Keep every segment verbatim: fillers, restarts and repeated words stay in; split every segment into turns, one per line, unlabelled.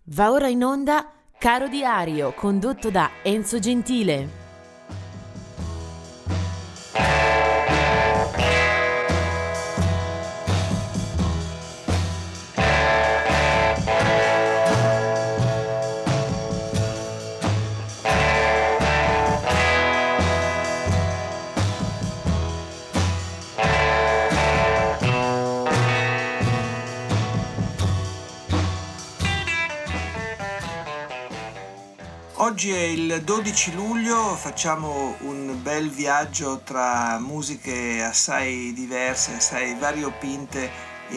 Va ora in onda Caro Diario, condotto da Enzo Gentile.
Oggi è il dodici luglio, facciamo un bel viaggio tra musiche assai diverse, assai variopinte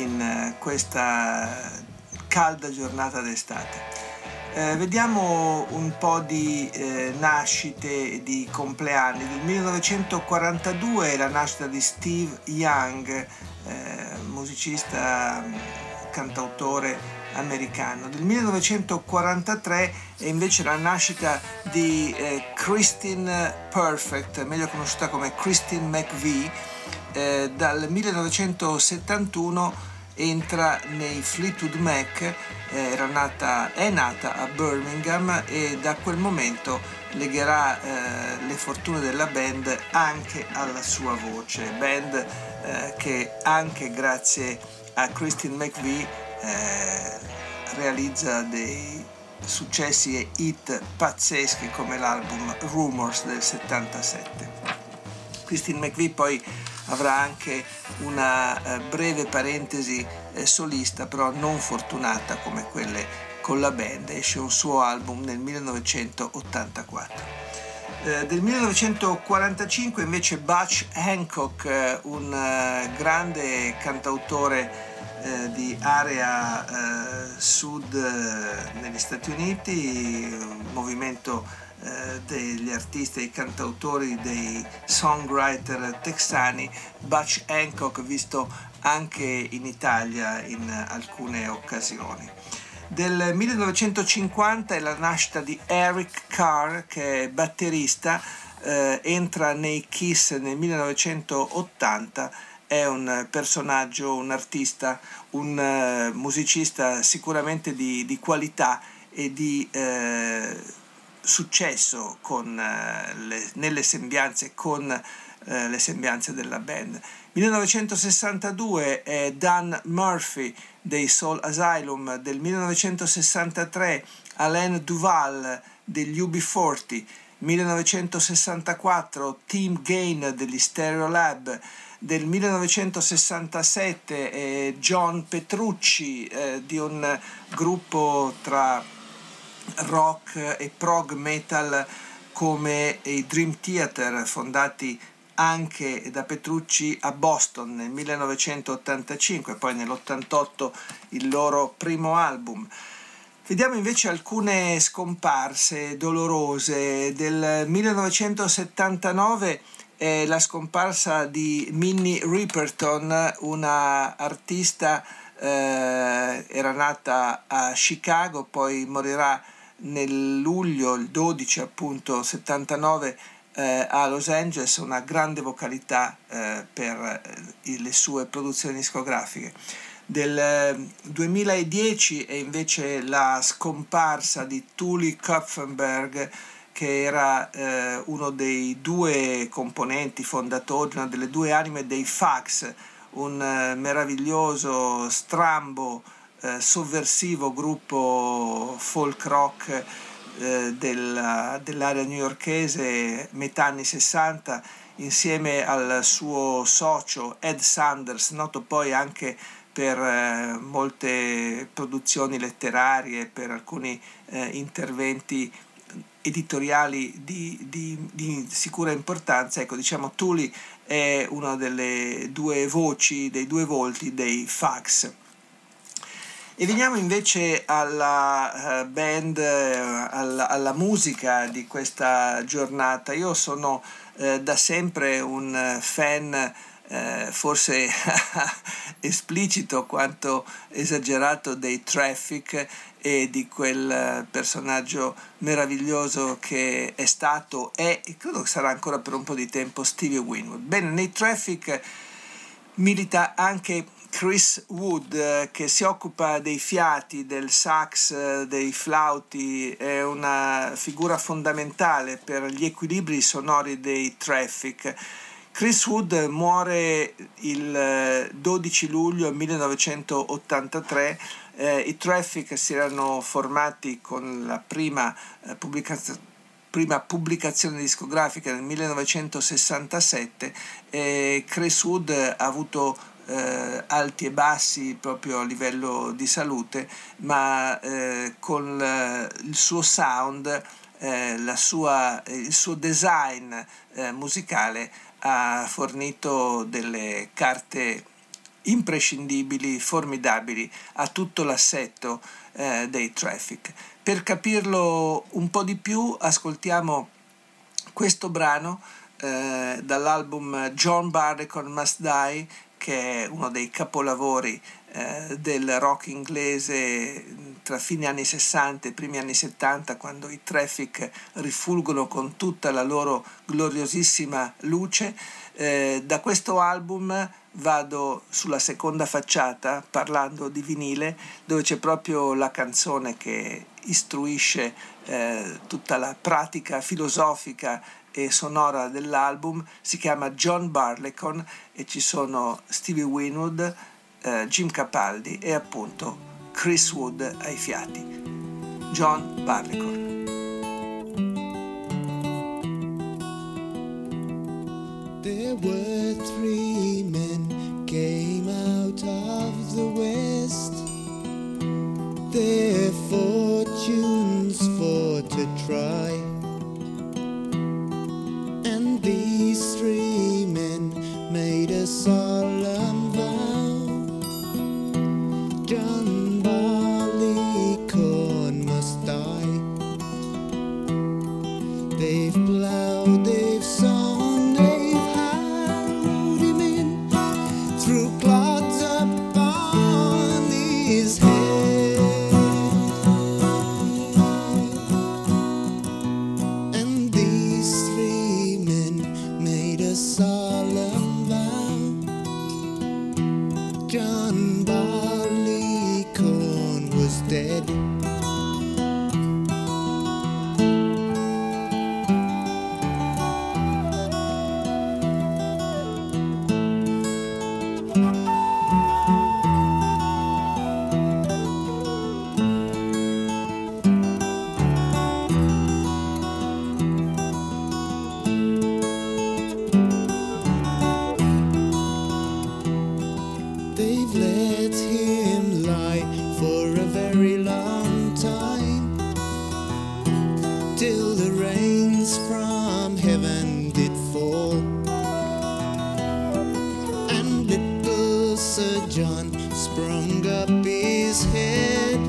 in questa calda giornata d'estate. Eh, vediamo un po' di eh, nascite e di compleanni. Del millenovecentoquarantadue la nascita di Steve Young, eh, musicista, cantautore americano. Del millenovecentoquarantatré è invece la nascita di eh, Christine Perfect, meglio conosciuta come Christine McVie. Eh, dal millenovecentosettantuno entra nei Fleetwood Mac, eh, era nata, è nata a Birmingham e da quel momento legherà eh, le fortune della band anche alla sua voce, band eh, che anche grazie a Christine McVie Eh, realizza dei successi e hit pazzeschi come l'album Rumors del settantasette. Christine McVie poi avrà anche una eh, breve parentesi eh, solista, però non fortunata come quelle con la band. Esce un suo album nel millenovecentottantaquattro. Eh, del millenovecentoquarantacinque invece Butch Hancock, eh, un eh, grande cantautore Eh, di area eh, sud eh, negli Stati Uniti, un movimento eh, degli artisti, dei cantautori, dei songwriter texani. Butch Hancock visto anche in Italia in alcune occasioni. Del millenovecentocinquanta è la nascita di Eric Carr, che è batterista, eh, entra nei Kiss nel millenovecentottanta. È un personaggio, un artista, un uh, musicista sicuramente di, di qualità e di eh, successo con, uh, le, nelle sembianze con uh, le sembianze della band. millenovecentosessantadue è Dan Murphy dei Soul Asylum. Del millenovecentosessantatré Alain Duval degli U B quaranta. millenovecentosessantaquattro Tim Gain degli Stereolab. Del millenovecentosessantasette eh, John Petrucci, eh, di un gruppo tra rock e prog metal come i Dream Theater, fondati anche da Petrucci a Boston nel millenovecentottantacinque, poi nell'ottantotto il loro primo album. Vediamo invece alcune scomparse dolorose. Del millenovecentosettantanove è la scomparsa di Minnie Riperton, una artista, eh, era nata a Chicago, poi morirà nel luglio, il dodici appunto, settantanove eh, a Los Angeles, una grande vocalità eh, per eh, le sue produzioni discografiche. Del eh, duemiladieci è invece la scomparsa di Tuli Kupfenberg, che era eh, uno dei due componenti fondatori, una delle due anime dei Fax, un eh, meraviglioso, strambo, eh, sovversivo gruppo folk rock eh, della, dell'area newyorkese metà anni sessanta, insieme al suo socio Ed Sanders, noto poi anche per eh, molte produzioni letterarie, per alcuni eh, interventi editoriali di, di, di sicura importanza. Ecco, diciamo, Tuli è una delle due voci, dei due volti dei Fax. E veniamo invece alla uh, band, uh, alla, alla musica di questa giornata. Io sono uh, da sempre un uh, fan Uh, forse esplicito quanto esagerato dei Traffic e di quel personaggio meraviglioso che è stato, è e credo che sarà ancora per un po' di tempo Stevie Winwood. Bene, nei Traffic milita anche Chris Wood, eh, che si occupa dei fiati, del sax, eh, dei flauti, è una figura fondamentale per gli equilibri sonori dei Traffic. Chris Wood muore il dodici luglio millenovecentottantatré. Eh, I Traffic si erano formati con la prima, eh, pubblicaz- prima pubblicazione discografica nel millenovecentosessantasette. E Chris Wood ha avuto eh, alti e bassi proprio a livello di salute, ma eh, con l- il suo sound, eh, la sua, il suo design eh, musicale ha fornito delle carte imprescindibili, formidabili a tutto l'assetto eh, dei Traffic. Per capirlo un po' di più, ascoltiamo questo brano eh, dall'album John Barleycorn Must Die, che è uno dei capolavori eh, del rock inglese tra fine anni sessanta e primi anni settanta, quando i Traffic rifulgono con tutta la loro gloriosissima luce. Eh, da questo album vado sulla seconda facciata, parlando di vinile, dove c'è proprio la canzone che istruisce eh, tutta la pratica filosofica e sonora dell'album. Si chiama John Barleycorn e ci sono Stevie Winwood, eh, Jim Capaldi e appunto Chris Wood ai fiati. John Barleycorn.
There were three men came out of the west, their fortunes for to try, and these three men made a solemn vow. John Barleycorn must die. They've plowed, they've sown, they've harrowed him in through clods upon his head. And these three men made a solemn vow. John Barleycorn was dead. They've let him lie for a very long time, till the rains from heaven did fall, and little Sir John sprung up his head,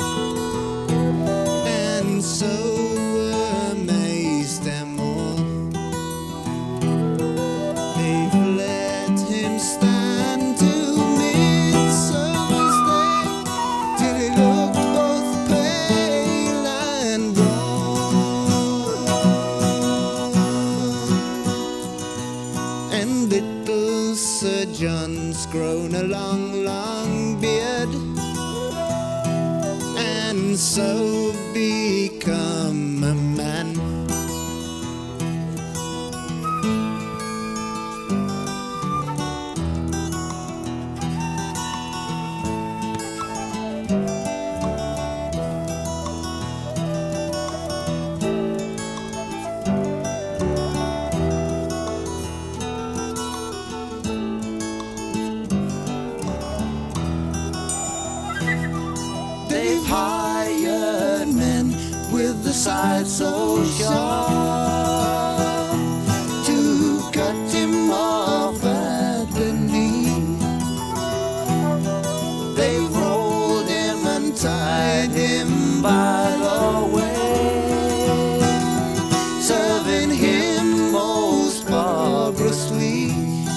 and so amazed them all. They've let him stand till midsummer's day, till he looked both pale and worn. And little Sir John's grown a long, long beard, and so become a man. They've hired men with the side so sharp to cut him off at the knee. They've rolled him and tied him by the way, serving him most barbarously.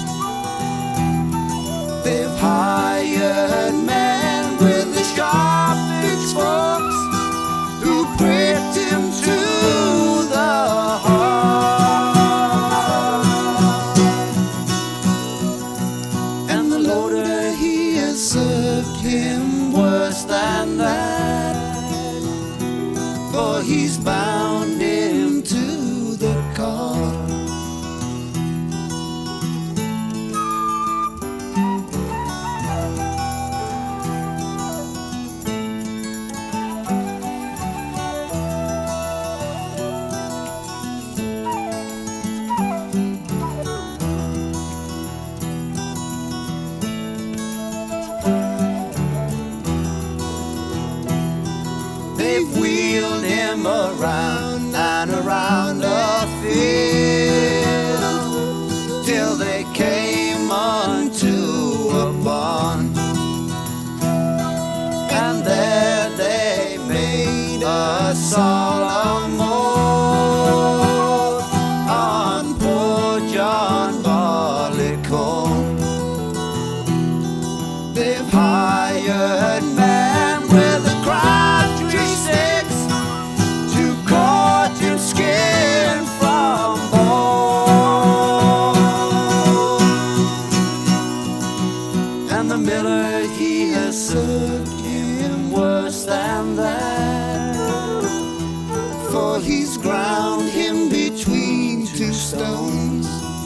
They've hired men with the sharp pitchforks who pricked him to the heart. And the loader he for he's bound him to the car. They've wheeled him around and around the field till they came unto a barn, and there they made a solemn oath on poor John Barleycorn. They've hired men with a crabtree sticks to cut him skin from bone, and the miller he has served him worse than that, for he's ground him between two stones.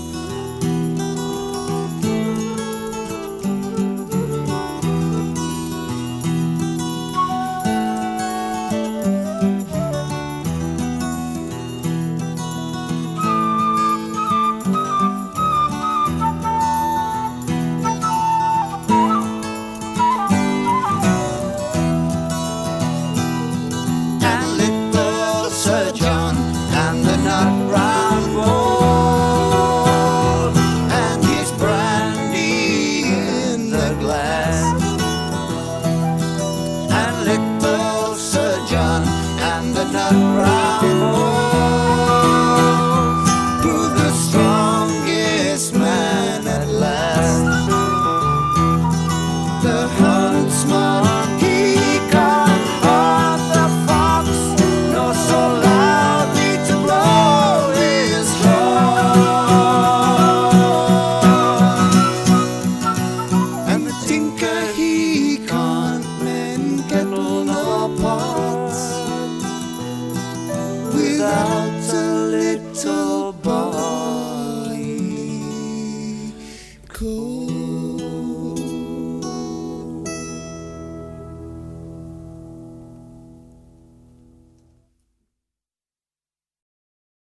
Without a little boy cool.